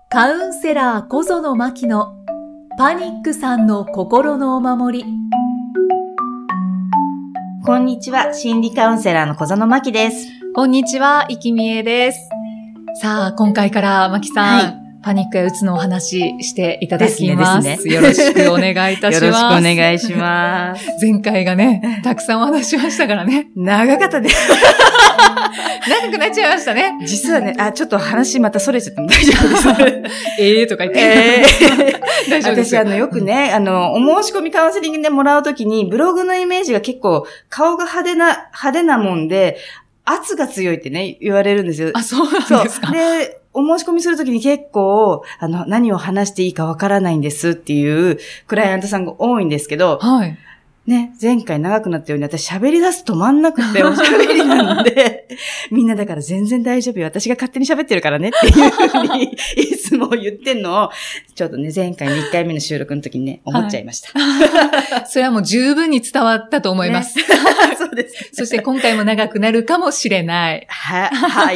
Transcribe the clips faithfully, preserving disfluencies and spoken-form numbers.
カウンセラー小園真希のパニックさんの心のお守り。 こんにちは、心理カウンセラーの小園真希です。 こんにちは、生きみえです。さあ、今回から真希さん、はい、パニックやうつのお話していただきます。ですね、ですね。よろしくお願いいたします。 よろしくお願いします。 前回がね、たくさんお話しましたからね。 長かったです。 長くなっちゃいましたね。 実はね、あ、ちょっと話またそれちゃっても大丈夫です。 ええとか言って。 えー、大丈夫です。私、あの、よくね、あの、お申し込みカウンセリングでもらうときに、ブログのイメージが結構、顔が派手な、派手なもんで、圧が強いってね、言われるんですよ。 あ、そうなんですか。 で、お申し込みするときに結構、あの、何を話していいかわからないんですっていうクライアントさんが多いんですけど、 はい。 ね、前回長くなったように私喋り出すと止まんなくておしゃべりなので、みんなだから全然大丈夫よ。私が勝手に喋ってるからねっていうふうにいつも言ってんのを、ちょっとね、前回のいっかいめの収録の時にね、思っちゃいました。 はい、それはもう十分に伝わったと思います。 ね、そうです、ね。 そして今回も長くなるかもしれない。 は、はい。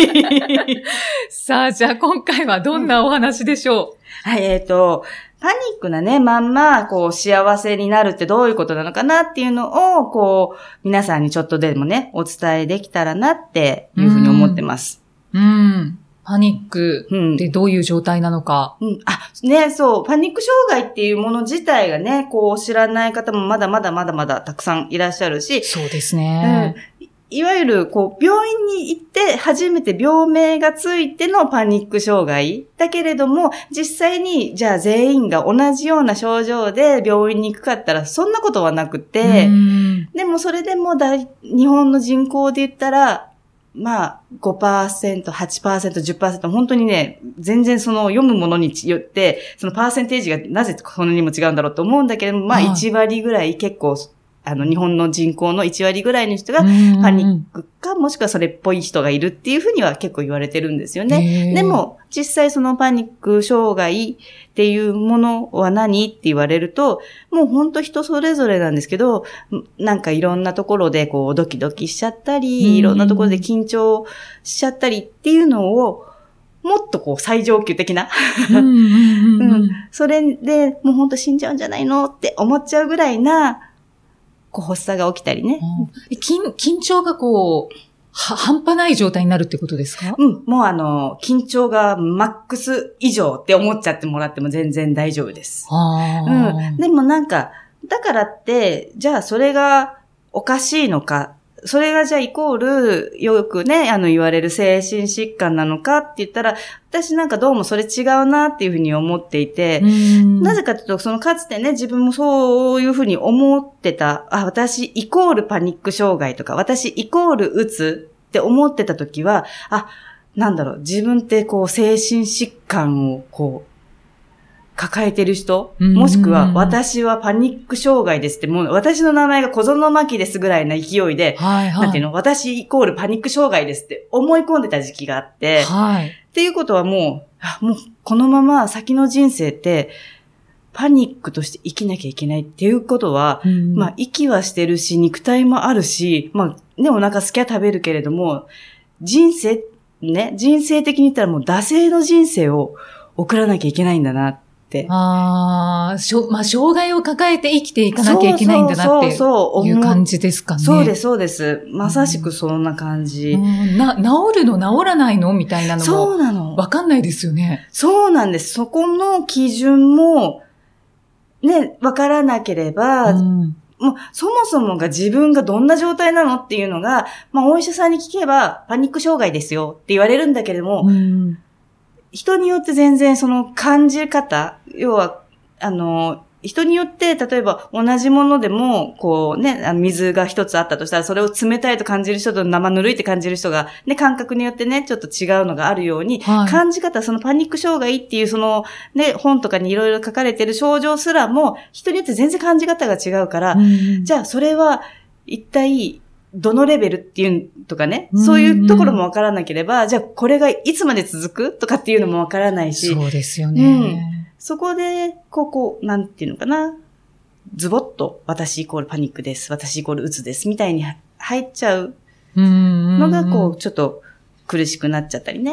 さあ、じゃあ今回はどんなお話でしょう？ うん、はい、えっと、パニックなね、まんま、こう、幸せになるってどういうことなのかなっていうのを、こう、皆さんにちょっとでもね、お伝えできたらなっていうふうに思ってます。 うん。うんパニックってどういう状態なのか。 うん。あ、ね、そう。パニック障害っていうもの自体がね、こう、知らない方もまだまだまだまだたくさんいらっしゃるし。 そうですね。 うんいわゆる、こう、病院に行って初めて病名がついてのパニック障害。だけれども、実際に、じゃあ全員が同じような症状で病院に行くかったら、そんなことはなくて、でもそれでも大、日本の人口で言ったら、まあ、ごパーセント、はちパーセント、じゅっパーセント、本当にね、全然その読むものによって、そのパーセンテージがなぜこんなにも違うんだろうと思うんだけれども、まあいちわりぐらい結構、あの、日本の人口のいちわりぐらいの人がパニックか、もしくはそれっぽい人がいるっていうふうには結構言われてるんですよね。でも、実際そのパニック障害っていうものは何って言われると、もう本当人それぞれなんですけど、なんかいろんなところでこうドキドキしちゃったり、いろんなところで緊張しちゃったりっていうのを、もっとこう最上級的な。うん。それでもう本当死んじゃうんじゃないのって思っちゃうぐらいな、こう発作が起きたりね。 うん、緊、緊張がこう、は、半端ない状態になるってことですか？ うん。もうあの、緊張がマックス以上って思っちゃってもらっても全然大丈夫です。 あうん。でもなんか、だからって、じゃあそれがおかしいのか、それがじゃあイコール、よくね、あの言われる精神疾患なのかって言ったら、私なんかどうもそれ違うなっていうふうに思っていて、なぜかというと、そのかつてね、自分もそういうふうに思ってた、あ、私イコールパニック障害とか、私イコールうつって思ってた時は、あ、なんだろう、自分ってこう精神疾患をこう、抱えてる人、もしくは私はパニック障害ですって、もう私の名前が小園真希ですぐらいな勢いで、 はいはい、 なんていうの、私イコールパニック障害ですって思い込んでた時期があって、 はい、 っていうことはもう、あ、もうこのまま先の人生ってパニックとして生きなきゃいけないっていうことは、うん、まあ息はしてるし、肉体もあるし、まあね、お腹すきゃ食べるけれども、人生、ね、人生的に言ったらもう惰性の人生を送らなきゃいけないんだなって。 ああ、しょ、まあ、障害を抱えて生きていかなきゃいけないんだなっていう感じですかね。 そうです、そうです。まさしくそんな感じ。 うん、な、治るの治らないのみたいなのも。 そうなの。 わかんないですよね。 そうなんです。そこの基準も、ね、わからなければ、うん、もう、そもそもが自分がどんな状態なのっていうのが、まあ、お医者さんに聞けば、パニック障害ですよって言われるんだけれども、うん人によって全然その感じ方、要は、あの、人によって、例えば同じものでも、こうね、水が一つあったとしたら、それを冷たいと感じる人と生ぬるいって感じる人が、ね、感覚によってね、ちょっと違うのがあるように、はい、感じ方、そのパニック障害っていうその、ね、本とかにいろいろ書かれてる症状すらも、人によって全然感じ方が違うから、うん、じゃあそれは一体、どのレベルっていうとかね、そういうところもわからなければ、じゃあこれがいつまで続くとかっていうのもわからないし。 そうですよね。うん、 そこで、ここ、なんていうのかな、ズボッと私イコールパニックです、私イコールうつですみたいに入っちゃうのが、こう、ちょっと苦しくなっちゃったりね。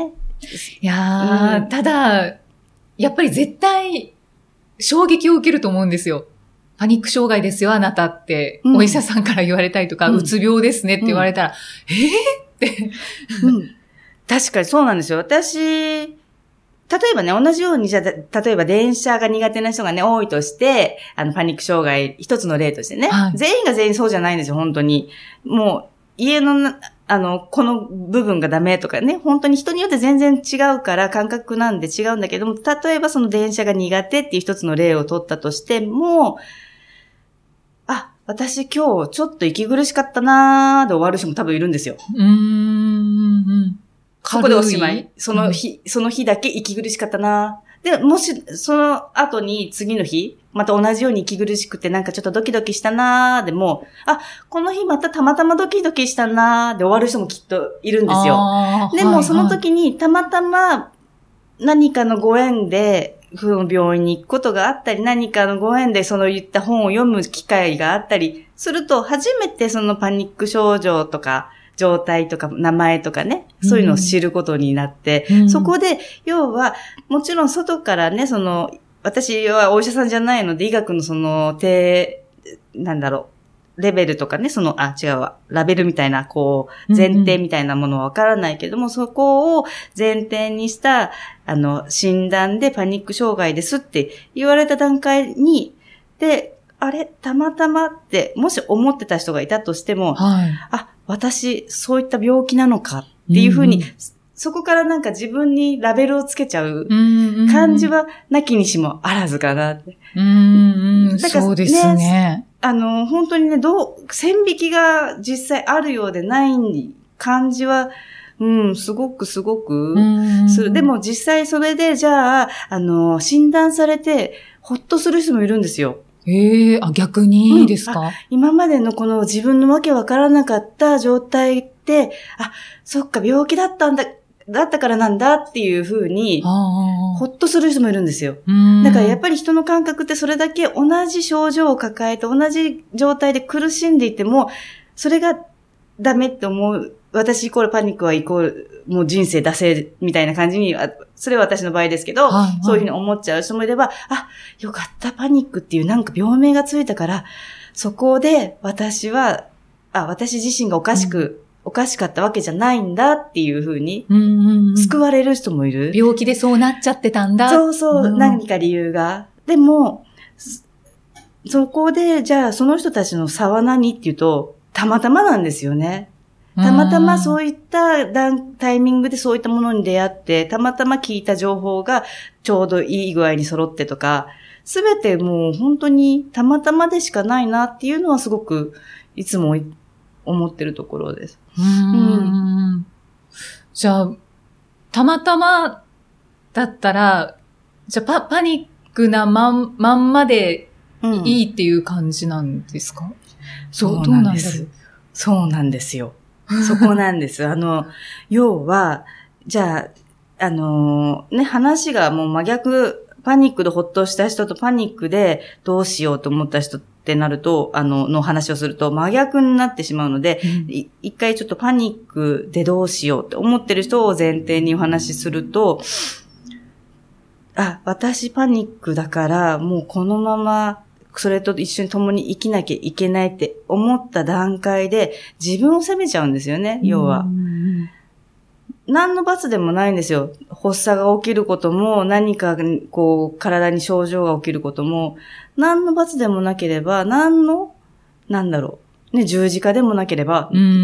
いやー、うん、ただ、やっぱり絶対、衝撃を受けると思うんですよ。パニック障害ですよ、あなたって、うん、お医者さんから言われたりとか、うん、うつ病ですねって言われたら、うん、えー、って、 うん。確かにそうなんですよ。私、例えばね、同じように、じゃあ、例えば電車が苦手な人がね、多いとして、あの、パニック障害、一つの例としてね、はい、全員が全員そうじゃないんですよ、本当に。もう、家の、あの、この部分がダメとかね、本当に人によって全然違うから感覚なんで違うんだけども、例えばその電車が苦手っていう一つの例を取ったとしても、あ、私今日ちょっと息苦しかったなーで終わる人も多分いるんですよ。 うーん。 そこでおしまい。その日、うん、その日だけ息苦しかったなー。で、もし、その後に次の日、また同じように息苦しくてなんかちょっとドキドキしたなーでも、あ、この日またたまたまドキドキしたなーで終わる人もきっといるんですよ。でもその時にたまたま何かのご縁で、その病院に行くことがあったり、何かのご縁でその言った本を読む機会があったりすると、初めてそのパニック症状とか、状態とか名前とかね、そういうのを知ることになって、うん、そこで、要は、もちろん外からね、その、私はお医者さんじゃないので、医学のその、低、なんだろう、レベルとかね、その、あ、違うわ、ラベルみたいな、こう、前提みたいなものはわからないけども、うんうん、そこを前提にした、あの、診断でパニック障害ですって言われた段階に、で、あれ、たまたまって、もし思ってた人がいたとしても、はい、あ、私、そういった病気なのかっていうふうに、うんうん、そこからなんか自分にラベルをつけちゃう感じはなきにしもあらずかなって。 うんうん、だからね、そうですね。 あの、本当にね、どう、線引きが実際あるようでない感じは、うん、すごくすごくする。でも実際それで、じゃあ、あの、診断されて、ほっとする人もいるんですよ。 ええー、あ、逆にですか、うん、 今までのこの自分のわけわからなかった状態って、あ、そっか、病気だったんだ、だったからなんだっていうふうに、ほっとする人もいるんですよ。だからやっぱり人の感覚ってそれだけ同じ症状を抱えて同じ状態で苦しんでいても、それがダメって思う。私イコールパニックはイコール、もう人生惰性みたいな感じに、それは私の場合ですけど、はいはい、そういうふうに思っちゃう人もいれば、あ、よかった、パニックっていうなんか病名がついたから、そこで私は、あ、私自身がおかしく、うん、おかしかったわけじゃないんだっていうふうに、救われる人もいる。 病気でそうなっちゃってたんだ。 そうそう、うん、何か理由が。でも、そこで、じゃあその人たちの差は何っていうと、たまたまなんですよね。たまたまそういったタイミングでそういったものに出会って、たまたま聞いた情報がちょうどいい具合に揃ってとか、すべてもう本当にたまたまでしかないなっていうのはすごくいつも思ってるところです。 うーん、うん、じゃあ、たまたまだったら、じゃあパ、パニックなまん、まんまでいいっていう感じなんですか？うん、 そうなんです。そうなんですよ。そこなんです。あの、要は、じゃあ、あのー、ね、話がもう真逆、パニックでほっとした人とパニックでどうしようと思った人ってなると、あの、の話をすると真逆になってしまうので、うん、一回ちょっとパニックでどうしようって思ってる人を前提にお話しすると、あ、私パニックだから、もうこのまま、それと一緒に共に生きなきゃいけないって思った段階で自分を責めちゃうんですよね、要は。何の罰でもないんですよ。発作が起きることも、何かこう体に症状が起きることも、何の罰でもなければ、何の、なんだろう、ね、十字架でもなければ、 うんうん、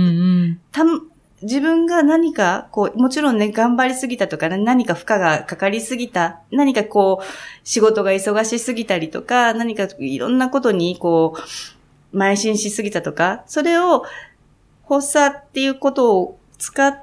た自分が何か、こう、もちろんね、頑張りすぎたとか、ね、何か負荷がかかりすぎた、何かこう、仕事が忙しすぎたりとか、何かいろんなことに、こう、邁進しすぎたとか、それを、発作っていうことを使って、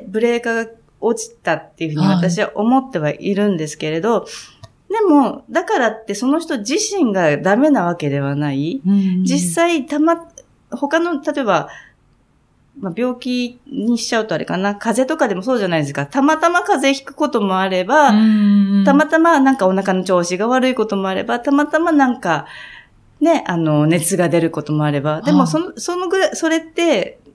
ブレーカーが落ちたっていうふうに私は思ってはいるんですけれど、はい、でも、だからってその人自身がダメなわけではない。うん、実際、たま、他の、例えば、まあ、病気にしちゃうとあれかな。風邪とかでもそうじゃないですか。たまたま風邪ひくこともあれば、たまたまなんかお腹の調子が悪いこともあれば、たまたまなんか、ね、あの、熱が出ることもあれば。でもその、そのぐらい、それって、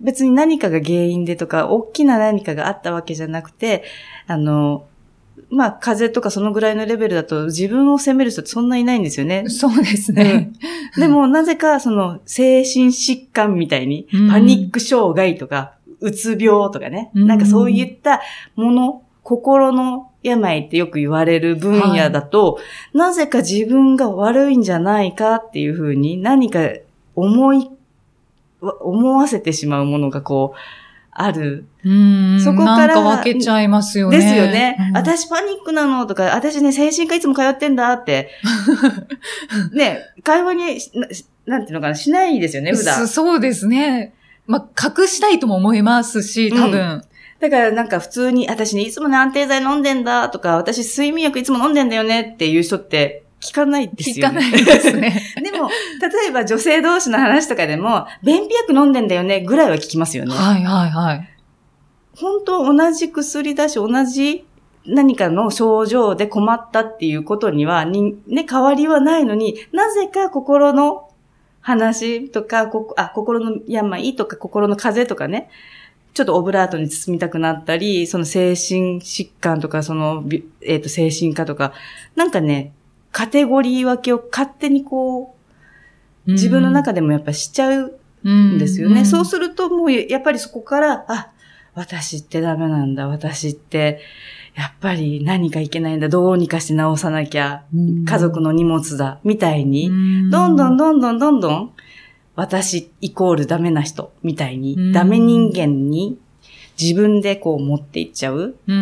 別に何かが原因でとか、大きな何かがあったわけじゃなくて、あの、まあ、風邪とかそのぐらいのレベルだと自分を責める人ってそんないないんですよね。 そうですね。 うん、でも、なぜかその精神疾患みたいに、パニック障害とか、うつ病とかね、うん、なんかそういったもの、心の病ってよく言われる分野だと、はい、なぜか自分が悪いんじゃないかっていうふうに何か思い、思わせてしまうものがこう、ある。 うん。そこから。なんか分けちゃいますよね。 ですよね。うん、私パニックなのとか、私ね、精神科いつも通ってんだって。ね、会話にな、なんていうのかな、しないですよね、普段。 そうですね。まあ、隠したいとも思いますし、多分。うんだからなんか普通に、私ね、いつもね、安定剤飲んでんだとか、私睡眠薬いつも飲んでんだよねっていう人って聞かないですよね。 聞かないですね。 でも、例えば女性同士の話とかでも、便秘薬飲んでんだよねぐらいは聞きますよね。 はいはいはい。 本当同じ薬だし、同じ何かの症状で困ったっていうことには、にね、変わりはないのに、なぜか心の話とか、こあ、心の病とか心の風邪とかね、ちょっとオブラートに包みたくなったり、その精神疾患とか、その、えっと、精神科とか、なんかね、カテゴリー分けを勝手にこう、自分の中でもやっぱしちゃうんですよね。うん、そうするともう、やっぱりそこから、あ、私ってダメなんだ、私って、やっぱり何かいけないんだ、どうにかして直さなきゃ、家族の荷物だ、みたいに、どんどんどんどんどんどん、私イコールダメな人みたいに、うん、ダメ人間に自分でこう持っていっちゃう。 うんうん、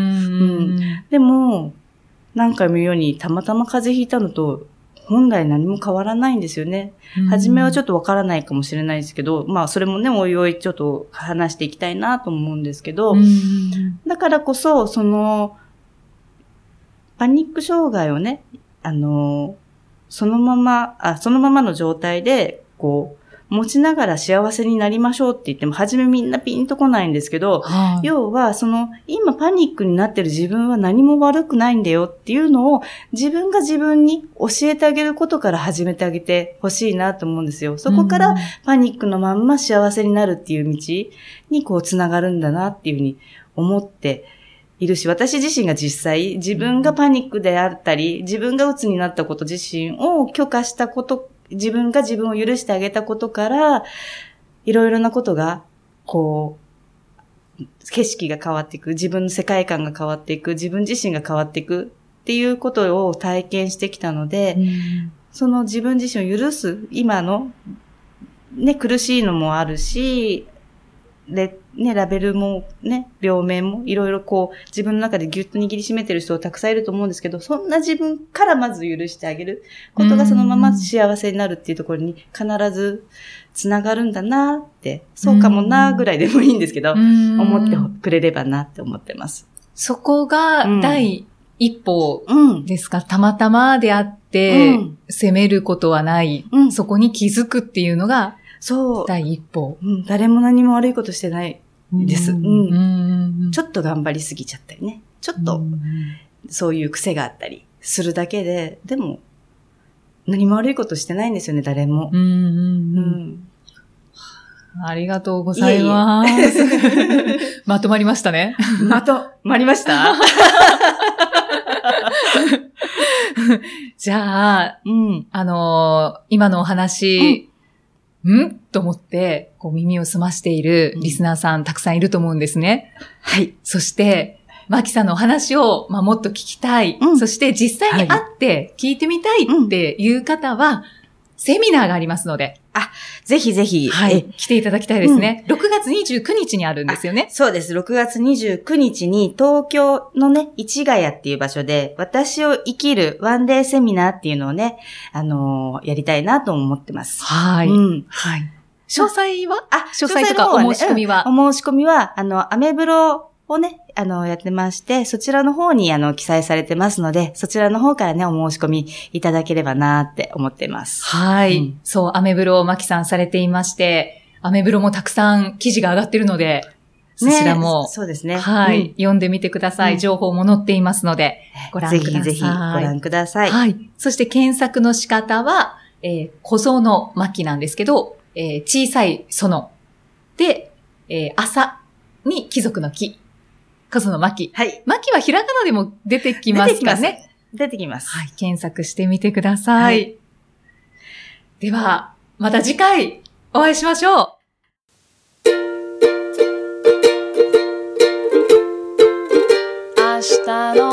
でも、何回も言うようにたまたま風邪ひいたのと本来何も変わらないんですよね。うん、初めはちょっとわからないかもしれないですけど、まあそれもね、おいおいちょっと話していきたいなと思うんですけど、 うん、 だからこそ、その、パニック障害をね、あの、そのまま、あ、そのままの状態で、こう、持ちながら幸せになりましょうって言っても、初めみんなピンとこないんですけど、 はあ、 要は、その、今パニックになってる自分は何も悪くないんだよっていうのを、自分が自分に教えてあげることから始めてあげてほしいなと思うんですよ。そこから、パニックのまんま幸せになるっていう道に、こう、つながるんだなっていうふうに思っているし、私自身が実際、自分がパニックであったり、自分が鬱になったこと自身を許可したこと、自分が自分を許してあげたことから、いろいろなことが、こう、景色が変わっていく、自分の世界観が変わっていく、自分自身が変わっていくっていうことを体験してきたので、 うん、 その自分自身を許す、今の、ね、苦しいのもあるし、で、ね、ラベルもね、病名もいろいろこう、自分の中でギュッと握りしめてる人たくさんいると思うんですけど、そんな自分からまず許してあげることがそのまま幸せになるっていうところに必ずつながるんだなって、そうかもなぐらいでもいいんですけど、思ってくれればなって思ってます。 そこが第一歩ですか、 うん、 たまたまであって、うん、責めることはない、 うん、 そこに気づくっていうのが、 そう。 第一歩、 うん。誰も何も悪いことしてないです。 うんうんうん、 ちょっと頑張りすぎちゃったりね。ちょっと、そういう癖があったりするだけで、でも、何も悪いことしてないんですよね、誰も。 うんうんうんうんありがとうございます。いえいえまとまりましたね。 まとまりましたじゃあ、 うん、 あのー、今のお話、うん、んと思って、こう耳を澄ましているリスナーさんたくさんいると思うんですね。 はい。 そして、マキさんのお話を、まあ、もっと聞きたい、 うん。 そして実際に会って聞いてみたいっていう方は、うん、セミナーがありますので。 あ、ぜひぜひ。 はい。来ていただきたいですね。うん、ろくがつにじゅうくにちにあるんですよね。 そうです。ろくがつにじゅうくにちに東京のね、市ヶ谷っていう場所で、私を生きるワンデーセミナーっていうのをね、あのー、やりたいなと思ってます。 はい。 うん。 はい。詳細はあ、 詳細とかお申し込みは、 うん、お申し込みは、あの、アメブロをね、あの、やってまして、そちらの方に、あの、記載されてますので、そちらの方からね、お申し込みいただければなって思ってます。 はい。うん、そう、アメブロをマキさんされていまして、アメブロもたくさん記事が上がってるので、そちらも、 ね、そうですね。 はい、うん、読んでみてください。情報も載っていますので、ご覧ください。 ぜひぜひご覧ください。 はい。そして検索の仕方は、えー、小園マキなんですけど、えー、小さい園で、 えー、朝に貴族の木。数の巻。 はい。 巻はひらがなでも出てきますかね。 出てきます。 はい。検索してみてください。はい、では、また次回お会いしましょう。明日の